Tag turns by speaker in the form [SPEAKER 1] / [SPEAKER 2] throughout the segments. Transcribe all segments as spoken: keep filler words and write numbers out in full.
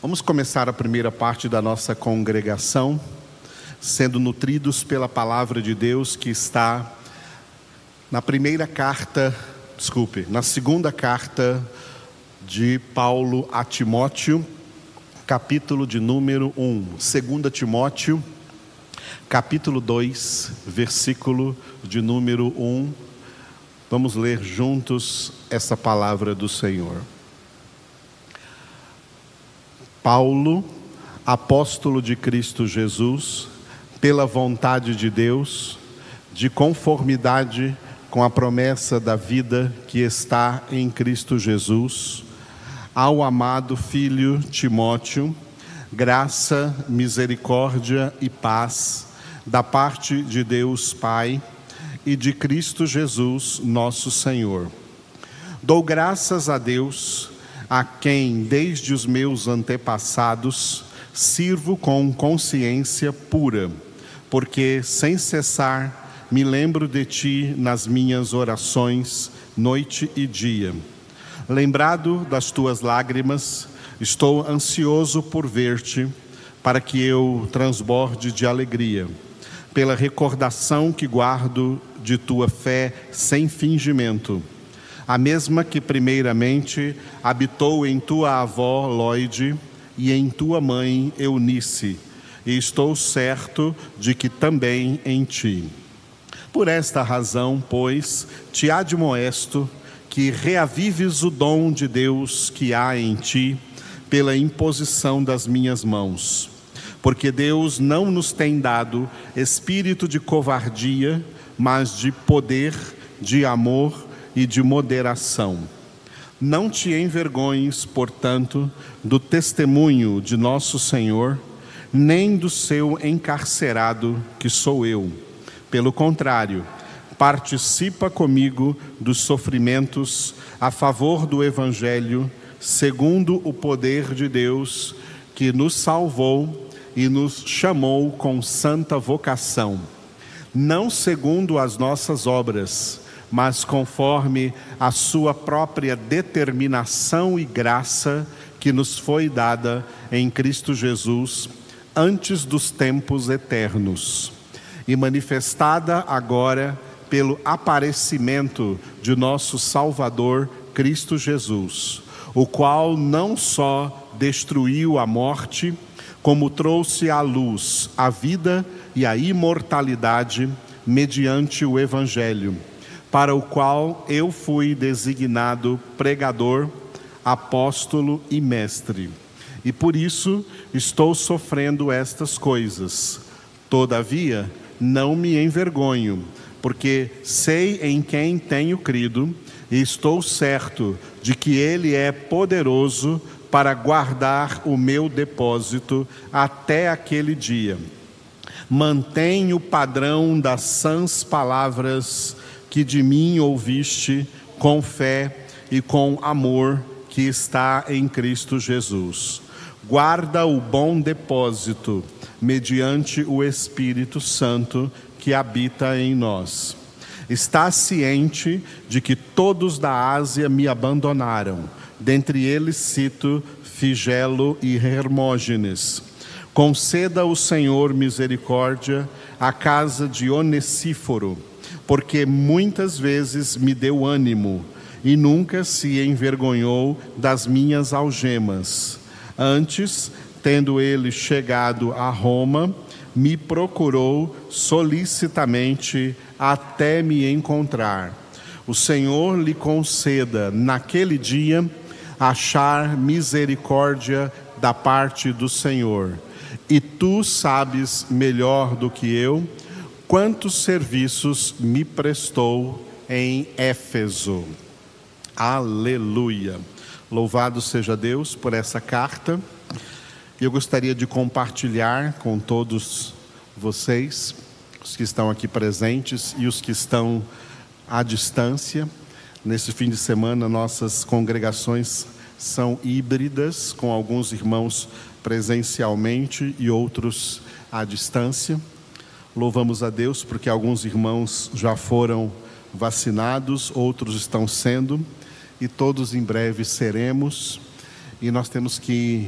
[SPEAKER 1] Vamos começar a primeira parte da nossa congregação, sendo nutridos pela palavra de Deus que está na primeira carta, desculpe, na segunda carta de Paulo a Timóteo, capítulo de número um. Segunda Timóteo, capítulo dois, versículo de número um. Vamos ler juntos essa palavra do Senhor. Paulo, apóstolo de Cristo Jesus, pela vontade de Deus, de conformidade com a promessa da vida que está em Cristo Jesus, ao amado filho Timóteo, graça, misericórdia e paz da parte de Deus Pai e de Cristo Jesus, nosso Senhor. Dou graças a Deus, a quem desde os meus antepassados sirvo com consciência pura, porque sem cessar me lembro de ti nas minhas orações, noite e dia. Lembrado das tuas lágrimas, estou ansioso por ver-te, para que eu transborde de alegria, pela recordação que guardo de tua fé sem fingimento, a mesma que primeiramente habitou em tua avó Lóide e em tua mãe Eunice, e estou certo de que também em ti. Por esta razão, pois, te admoesto que reavives o dom de Deus que há em ti pela imposição das minhas mãos. Porque Deus não nos tem dado espírito de covardia, mas de poder, de amor e de moderação. Não te envergonhes, portanto, do testemunho de nosso Senhor, nem do seu encarcerado, que sou eu. Pelo contrário, participa comigo dos sofrimentos a favor do Evangelho, segundo o poder de Deus, que nos salvou e nos chamou com santa vocação, não segundo as nossas obras, mas conforme a sua própria determinação e graça que nos foi dada em Cristo Jesus antes dos tempos eternos, e manifestada agora pelo aparecimento de nosso Salvador Cristo Jesus, o qual não só destruiu a morte, como trouxe à luz a vida e a imortalidade mediante o Evangelho, para o qual eu fui designado pregador, apóstolo e mestre. E por isso estou sofrendo estas coisas. Todavia, não me envergonho, porque sei em quem tenho crido, e estou certo de que Ele é poderoso para guardar o meu depósito até aquele dia. Mantém o padrão das sãs palavras que de mim ouviste, com fé e com amor que está em Cristo Jesus. Guarda o bom depósito, mediante o Espírito Santo que habita em nós. Está ciente de que todos da Ásia me abandonaram, dentre eles cito Figelo e Hermógenes. Conceda o Senhor misericórdia à casa de Onesíforo, porque muitas vezes me deu ânimo e nunca se envergonhou das minhas algemas. Antes, tendo ele chegado a Roma, me procurou solicitamente até me encontrar. O Senhor lhe conceda, naquele dia, achar misericórdia da parte do Senhor. E tu sabes melhor do que eu quantos serviços me prestou em Éfeso. Aleluia! Louvado seja Deus por essa carta. Eu gostaria de compartilhar com todos vocês, os que estão aqui presentes e os que estão à distância. Nesse fim de semana, nossas congregações são híbridas, com alguns irmãos presencialmente e outros à distância. Louvamos a Deus porque alguns irmãos já foram vacinados, outros estão sendo, e todos em breve seremos. E nós temos que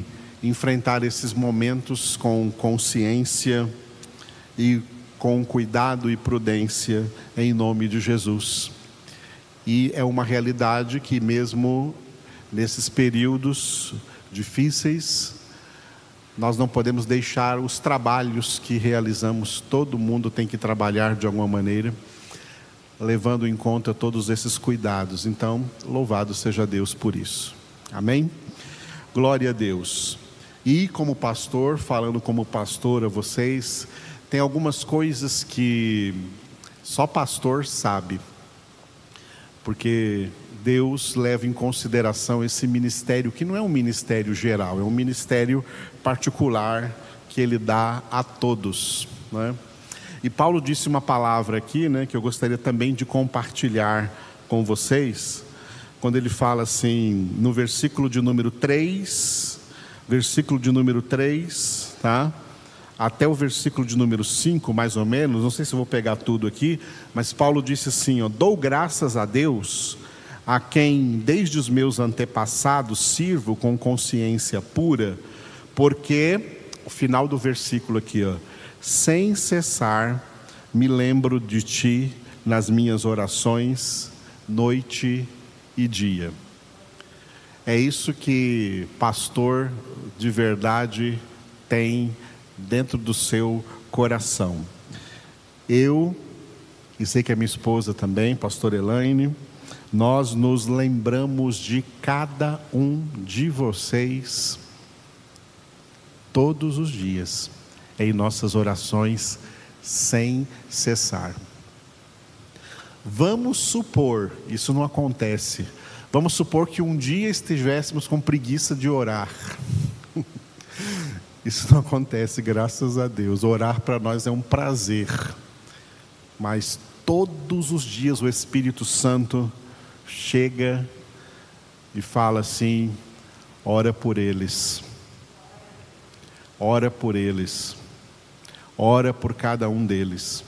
[SPEAKER 1] enfrentar esses momentos com consciência e com cuidado e prudência, em nome de Jesus. E é uma realidade que mesmo nesses períodos difíceis, nós não podemos deixar os trabalhos que realizamos. Todo mundo tem que trabalhar de alguma maneira, levando em conta todos esses cuidados. Então, louvado seja Deus por isso. Amém? Glória a Deus. E como pastor, falando como pastor a vocês, tem algumas coisas que só pastor sabe, porque Deus leva em consideração esse ministério, que não é um ministério geral, é um ministério particular que Ele dá a todos, né? E Paulo disse uma palavra aqui, né, que eu gostaria também de compartilhar com vocês, quando ele fala assim, no versículo de número três, versículo de número três, tá? Até o versículo de número cinco, mais ou menos, não sei se eu vou pegar tudo aqui, mas Paulo disse assim, ó, dou graças a Deus, a quem desde os meus antepassados sirvo com consciência pura, porque, o final do versículo aqui, ó, sem cessar me lembro de ti nas minhas orações, noite e dia. É isso que pastor de verdade tem dentro do seu coração. Eu, e sei que a minha esposa também, pastor Elaine, nós nos lembramos de cada um de vocês todos os dias, em nossas orações, sem cessar. Vamos supor, isso não acontece, vamos supor que um dia estivéssemos com preguiça de orar. Isso não acontece, graças a Deus. Orar para nós é um prazer, mas todos os dias o Espírito Santo chega e fala assim, ora por eles, ora por eles, ora por cada um deles.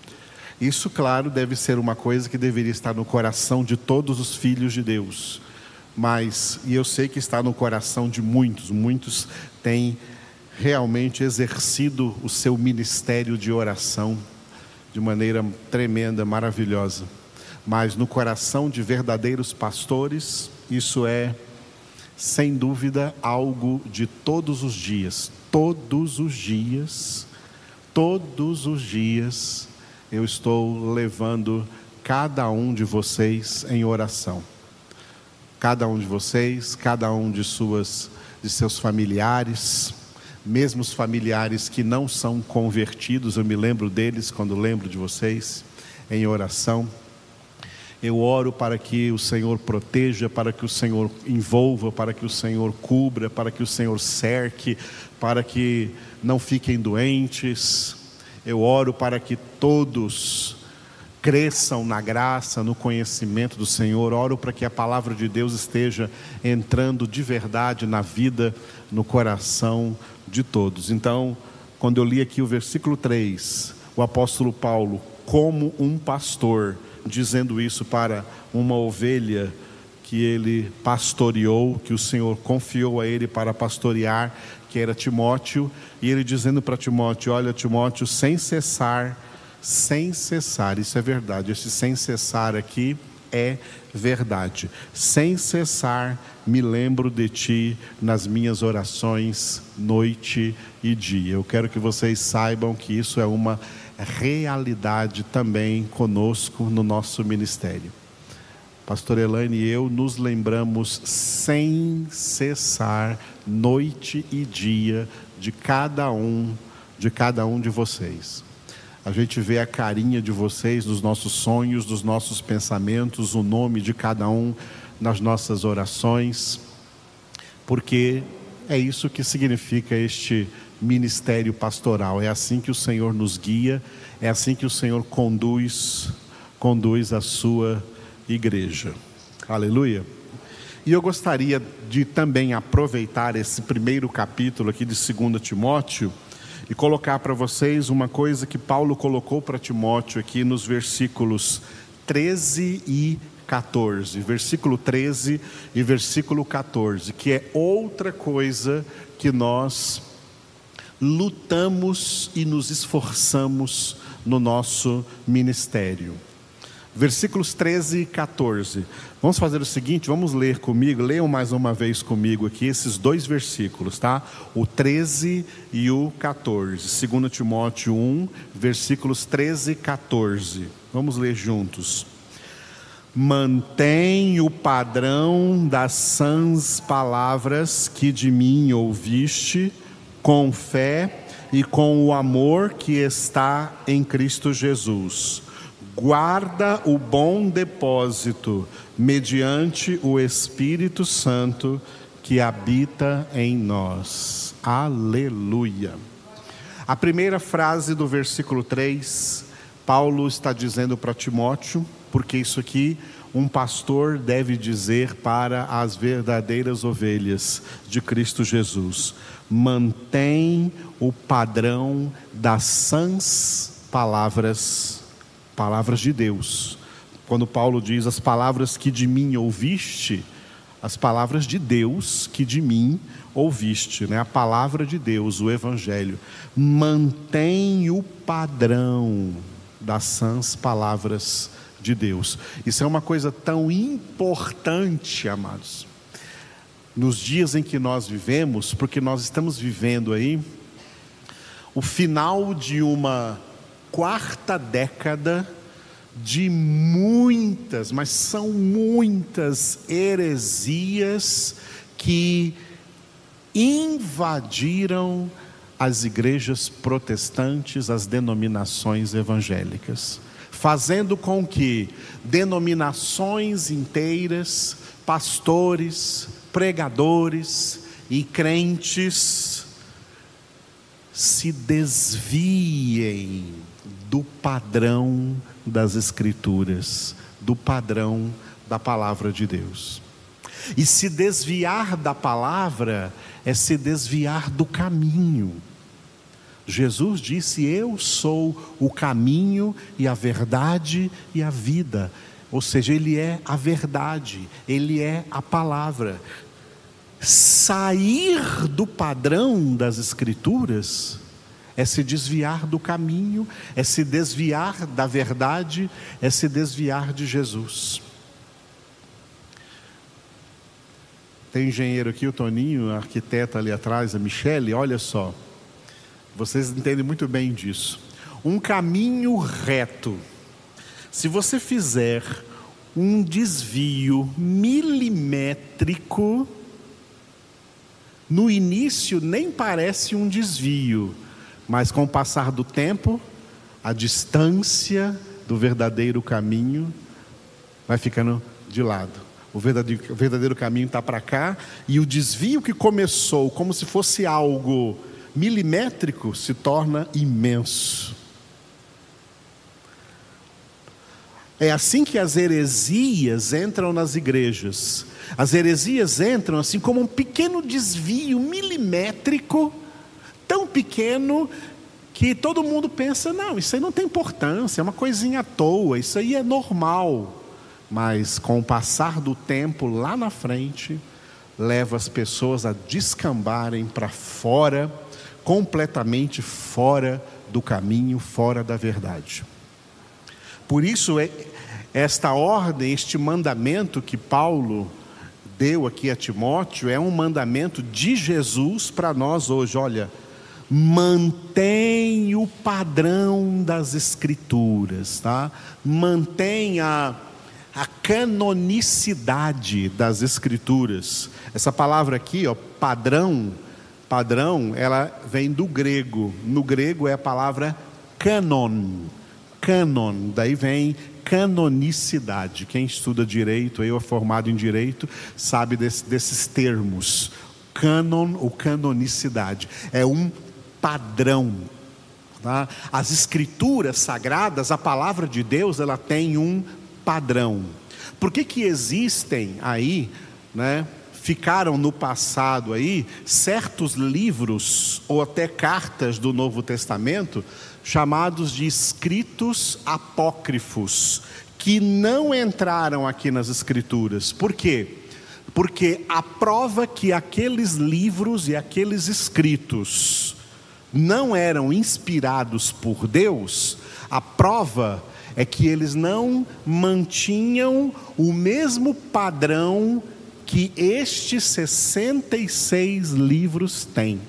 [SPEAKER 1] Isso, claro, deve ser uma coisa que deveria estar no coração de todos os filhos de Deus, mas, e eu sei que está no coração de muitos, muitos têm realmente exercido o seu ministério de oração de maneira tremenda, maravilhosa, mas no coração de verdadeiros pastores, isso é, sem dúvida, algo de todos os dias, todos os dias, todos os dias, eu estou levando cada um de vocês em oração, cada um de vocês, cada um de suas, de seus familiares, mesmo os familiares que não são convertidos, eu me lembro deles quando lembro de vocês, em oração. Eu oro para que o Senhor proteja, para que o Senhor envolva, para que o Senhor cubra, para que o Senhor cerque, para que não fiquem doentes. Eu oro para que todos cresçam na graça, no conhecimento do Senhor. Oro para que a palavra de Deus esteja entrando de verdade na vida, no coração de todos. Então, quando eu li aqui o versículo três, o apóstolo Paulo, como um pastor, dizendo isso para uma ovelha que ele pastoreou, que o Senhor confiou a ele para pastorear, que era Timóteo, e ele dizendo para Timóteo, olha Timóteo, sem cessar, sem cessar, isso é verdade, esse sem cessar aqui é verdade, sem cessar me lembro de ti nas minhas orações, noite e dia. Eu quero que vocês saibam que isso é uma realidade também conosco no nosso ministério. Pastor Elaine e eu nos lembramos sem cessar, noite e dia, de cada um, de cada um de vocês. A gente vê a carinha de vocês nos nossos sonhos, nos nossos pensamentos, o nome de cada um nas nossas orações, porque é isso que significa este ministério pastoral. É assim que o Senhor nos guia, é assim que o Senhor conduz, conduz a sua igreja. Aleluia. E eu gostaria de também aproveitar esse primeiro capítulo aqui de Segundo Timóteo e colocar para vocês uma coisa que Paulo colocou para Timóteo aqui nos versículos treze e quatorze, versículo treze e versículo quatorze, que é outra coisa que nós lutamos e nos esforçamos no nosso ministério. Versículos treze e quatorze. Vamos fazer o seguinte, vamos ler comigo, leiam mais uma vez comigo aqui esses dois versículos, tá? O treze e o quatorze. Segundo Timóteo um, versículos treze e quatorze. Vamos ler juntos. Mantém o padrão das sãs palavras que de mim ouviste, com fé e com o amor que está em Cristo Jesus. Guarda o bom depósito mediante o Espírito Santo que habita em nós. Aleluia. A primeira frase do versículo três, Paulo está dizendo para Timóteo, porque isso aqui um pastor deve dizer para as verdadeiras ovelhas de Cristo Jesus. Mantém o padrão das sãs palavras Palavras de Deus. Quando Paulo diz as palavras que de mim ouviste, as palavras de Deus que de mim ouviste, né? A palavra de Deus, o Evangelho. Mantém o padrão das sãs palavras de Deus. Isso é uma coisa tão importante, amados, nos dias em que nós vivemos, porque nós estamos vivendo aí o final de uma quarta década de muitas, mas são muitas heresias que invadiram as igrejas protestantes, as denominações evangélicas, fazendo com que denominações inteiras, pastores, pregadores e crentes se desviem do padrão das Escrituras, do padrão da palavra de Deus. E se desviar da palavra é se desviar do caminho. Jesus disse: eu sou o caminho e a verdade e a vida. Ou seja, Ele é a verdade, Ele é a palavra. Sair do padrão das Escrituras é se desviar do caminho, é se desviar da verdade, é se desviar de Jesus. Tem engenheiro aqui, o Toninho, a arquiteta ali atrás, a Michele, olha só. Vocês entendem muito bem disso. Um caminho reto, se você fizer um desvio milimétrico, no início nem parece um desvio, mas com o passar do tempo, a distância do verdadeiro caminho vai ficando de lado. O verdadeiro, o verdadeiro caminho está para cá, e o desvio que começou como se fosse algo milimétrico se torna imenso. É assim que as heresias entram nas igrejas. As heresias entram assim como um pequeno desvio milimétrico, tão pequeno que todo mundo pensa: não, isso aí não tem importância, é uma coisinha à toa, isso aí é normal. Mas com o passar do tempo lá na frente, leva as pessoas a descambarem para fora, completamente fora do caminho, fora da verdade. Por isso, é esta ordem, este mandamento que Paulo deu aqui a Timóteo, é um mandamento de Jesus para nós hoje. Olha, mantém o padrão das Escrituras, tá? Mantém a, a canonicidade das Escrituras. Essa palavra aqui, ó, padrão, padrão, ela vem do grego. No grego é a palavra canon. Canon, daí vem canonicidade. Quem estuda direito, eu é formado em direito, sabe desse, desses termos. Canon ou canonicidade é um padrão, tá? As escrituras sagradas, a palavra de Deus, ela tem um padrão. Por que que existem aí, né, ficaram no passado aí certos livros ou até cartas do Novo Testamento chamados de escritos apócrifos, que não entraram aqui nas Escrituras. Por quê? Porque a prova que aqueles livros e aqueles escritos não eram inspirados por Deus, a prova é que eles não mantinham o mesmo padrão que estes sessenta e seis livros têm.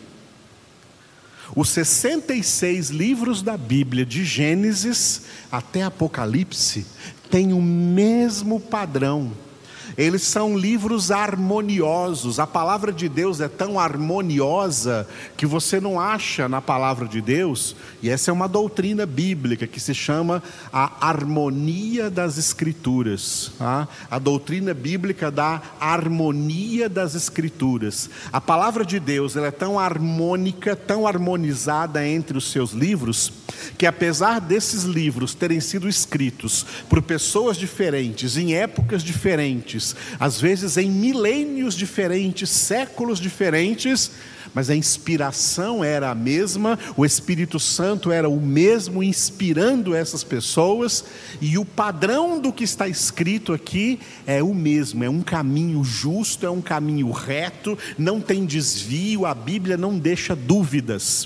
[SPEAKER 1] Os sessenta e seis livros da Bíblia, de Gênesis até Apocalipse, têm o mesmo padrão. Eles são livros harmoniosos. A palavra de Deus é tão harmoniosa que você não acha na palavra de Deus, e essa é uma doutrina bíblica que se chama a harmonia das Escrituras, tá? A doutrina bíblica da harmonia das Escrituras. A palavra de Deus, ela é tão harmônica, tão harmonizada entre os seus livros, que apesar desses livros terem sido escritos por pessoas diferentes, em épocas diferentes, às vezes em milênios diferentes, séculos diferentes, mas a inspiração era a mesma, o Espírito Santo era o mesmo inspirando essas pessoas, e o padrão do que está escrito aqui é o mesmo, é um caminho justo, é um caminho reto, não tem desvio, a Bíblia não deixa dúvidas.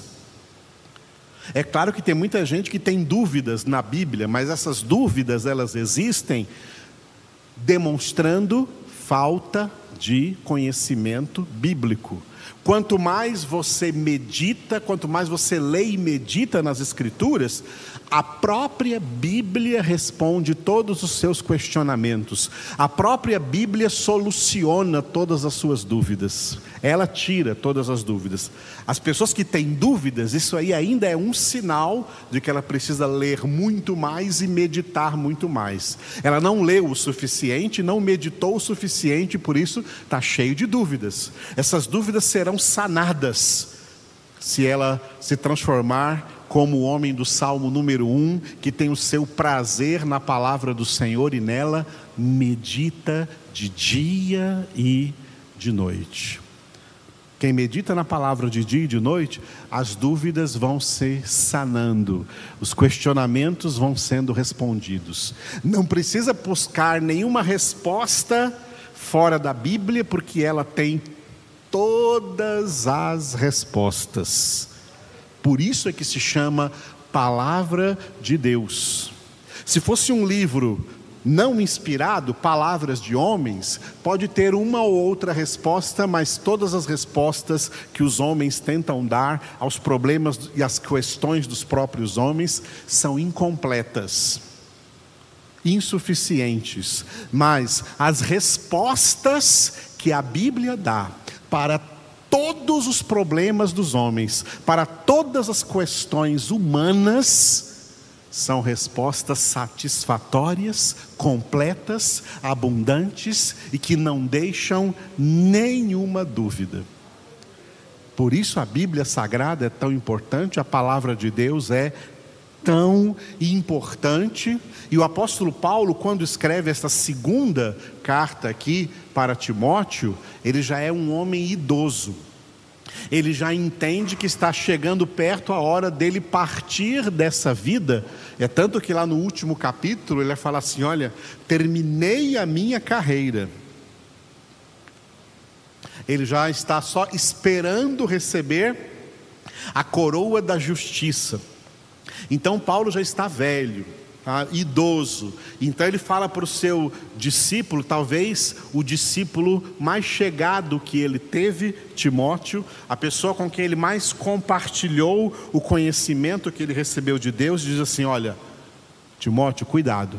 [SPEAKER 1] É claro que tem muita gente que tem dúvidas na Bíblia, mas essas dúvidas, elas existem demonstrando falta de conhecimento bíblico. Quanto mais você medita, quanto mais você lê e medita nas Escrituras, a própria Bíblia responde todos os seus questionamentos. A própria Bíblia soluciona todas as suas dúvidas. Ela tira todas as dúvidas. As pessoas que têm dúvidas, isso aí ainda é um sinal de que ela precisa ler muito mais e meditar muito mais. Ela não leu o suficiente, não meditou o suficiente, por isso está cheio de dúvidas. Essas dúvidas serão sanadas se ela se transformar como o homem do Salmo número um, que tem o seu prazer na palavra do Senhor e nela medita de dia e de noite. Quem medita na palavra de dia e de noite, as dúvidas vão se sanando, os questionamentos vão sendo respondidos. Não precisa buscar nenhuma resposta fora da Bíblia, porque ela tem todas as respostas. Por isso é que se chama Palavra de Deus. Se fosse um livro não inspirado, palavras de homens, pode ter uma ou outra resposta, mas todas as respostas que os homens tentam dar aos problemas e às questões dos próprios homens são incompletas, insuficientes. Mas as respostas que a Bíblia dá para todos os problemas dos homens, para todas as questões humanas, são respostas satisfatórias, completas, abundantes e que não deixam nenhuma dúvida. Por isso a Bíblia Sagrada é tão importante, a palavra de Deus é tão importante. E o apóstolo Paulo, quando escreve esta segunda carta aqui para Timóteo, ele já é um homem idoso. Ele já entende que está chegando perto a hora dele partir dessa vida. É tanto que lá no último capítulo ele fala assim: olha, terminei a minha carreira. Ele já está só esperando receber a coroa da justiça. Então Paulo já está velho, tá? Idoso. Então ele fala para o seu discípulo, talvez o discípulo mais chegado que ele teve, Timóteo, a pessoa com quem ele mais compartilhou o conhecimento que ele recebeu de Deus, diz assim: olha, Timóteo, cuidado,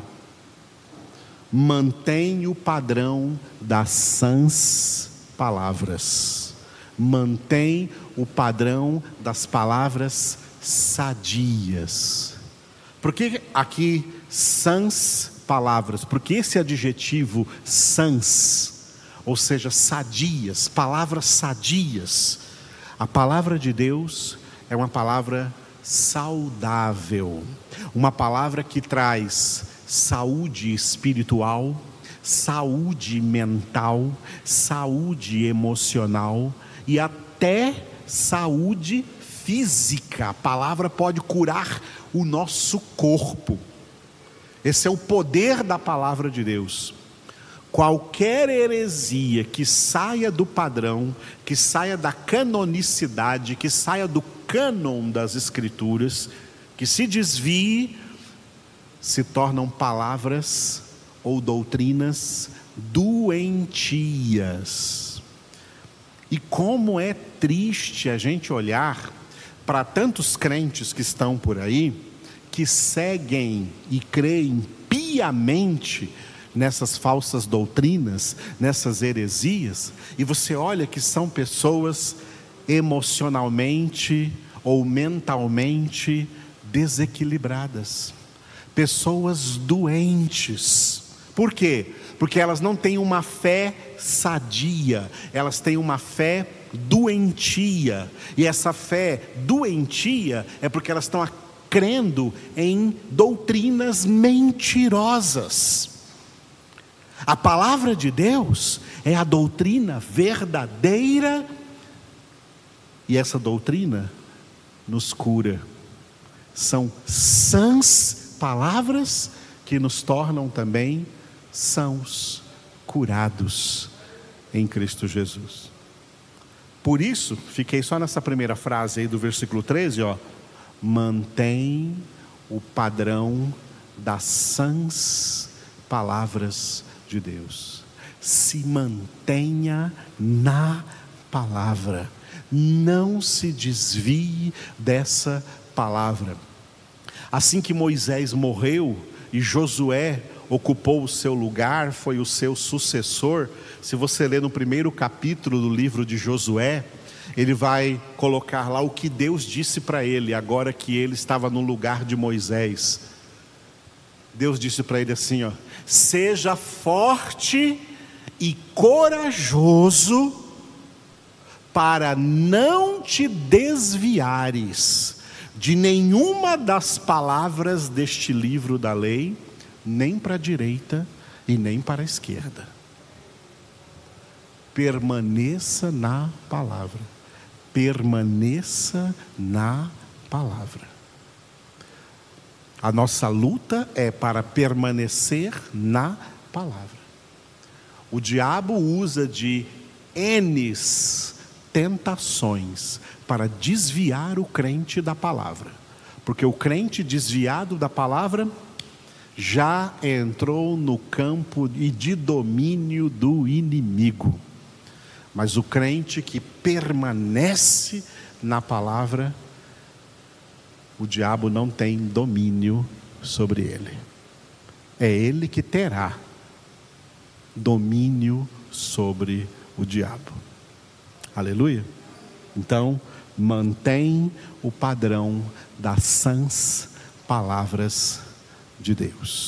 [SPEAKER 1] mantém o padrão das sãs palavras, mantém o padrão das palavras sadias. Por que aqui sãs palavras? Porque esse adjetivo sãs, ou seja, sadias, palavras sadias. A palavra de Deus é uma palavra saudável, uma palavra que traz saúde espiritual, saúde mental, saúde emocional e até saúde física. A palavra pode curar o nosso corpo. Esse é o poder da palavra de Deus. Qualquer heresia que saia do padrão, que saia da canonicidade, que saia do cânon das Escrituras, que se desvie, se tornam palavras ou doutrinas doentias. E como é triste a gente olhar para tantos crentes que estão por aí, que seguem e creem piamente nessas falsas doutrinas, nessas heresias, e você olha que são pessoas emocionalmente ou mentalmente desequilibradas, pessoas doentes. Por quê? Porque elas não têm uma fé sadia, elas têm uma fé doentia, e essa fé doentia é porque elas estão crendo em doutrinas mentirosas. A palavra de Deus é a doutrina verdadeira, e essa doutrina nos cura. São sãs palavras que nos tornam também sãos, curados em Cristo Jesus. Por isso, fiquei só nessa primeira frase aí do versículo treze, ó. Mantém o padrão das sãs palavras de Deus. Se mantenha na palavra. Não se desvie dessa palavra. Assim que Moisés morreu e Josué ocupou o seu lugar, foi o seu sucessor. Se você ler no primeiro capítulo do livro de Josué, ele vai colocar lá o que Deus disse para ele, agora que ele estava no lugar de Moisés. Deus disse para ele assim, ó: seja forte e corajoso, para não te desviares de nenhuma das palavras deste livro da lei, nem para a direita e nem para a esquerda. Permaneça na palavra. Permaneça na palavra. A nossa luta é para permanecer na palavra. O diabo usa de N tentações para desviar o crente da palavra, porque o crente desviado da palavra já entrou no campo de domínio do inimigo. Mas o crente que permanece na palavra, o diabo não tem domínio sobre ele. É ele que terá domínio sobre o diabo. Aleluia? Então, mantém o padrão das sãs palavras de Deus.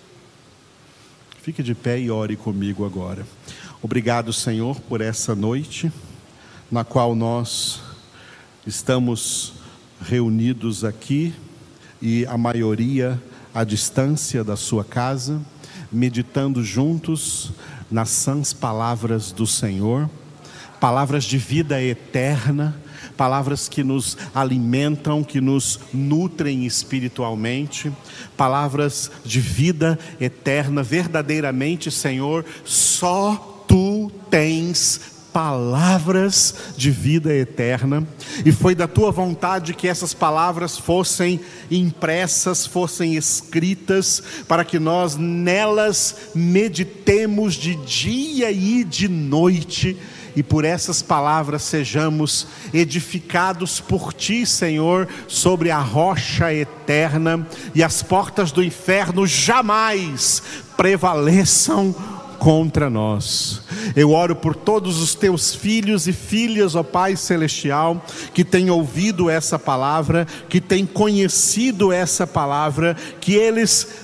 [SPEAKER 1] Fique de pé e ore comigo agora. Obrigado, Senhor, por essa noite, na qual nós estamos reunidos aqui, e a maioria à distância da sua casa, meditando juntos nas sãs palavras do Senhor, palavras de vida eterna, palavras que nos alimentam, que nos nutrem espiritualmente, palavras de vida eterna. Verdadeiramente, Senhor, só Tu tens palavras de vida eterna, e foi da Tua vontade que essas palavras fossem impressas, fossem escritas, para que nós nelas meditemos de dia e de noite, e por essas palavras sejamos edificados por Ti, Senhor, sobre a rocha eterna, e as portas do inferno jamais prevaleçam contra nós. Eu oro por todos os Teus filhos e filhas, ó Pai Celestial, que têm ouvido essa palavra, que têm conhecido essa palavra, que eles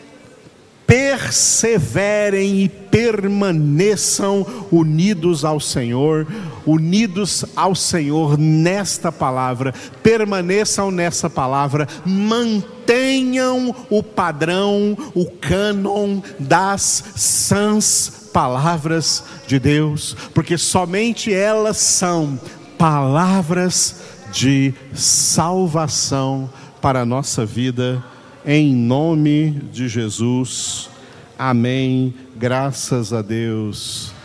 [SPEAKER 1] perseverem e permaneçam unidos ao Senhor, unidos ao Senhor nesta palavra, permaneçam nessa palavra, mantenham o padrão, o cânon das sãs palavras de Deus, porque somente elas são palavras de salvação para a nossa vida em nome de Jesus. Amém. Graças a Deus.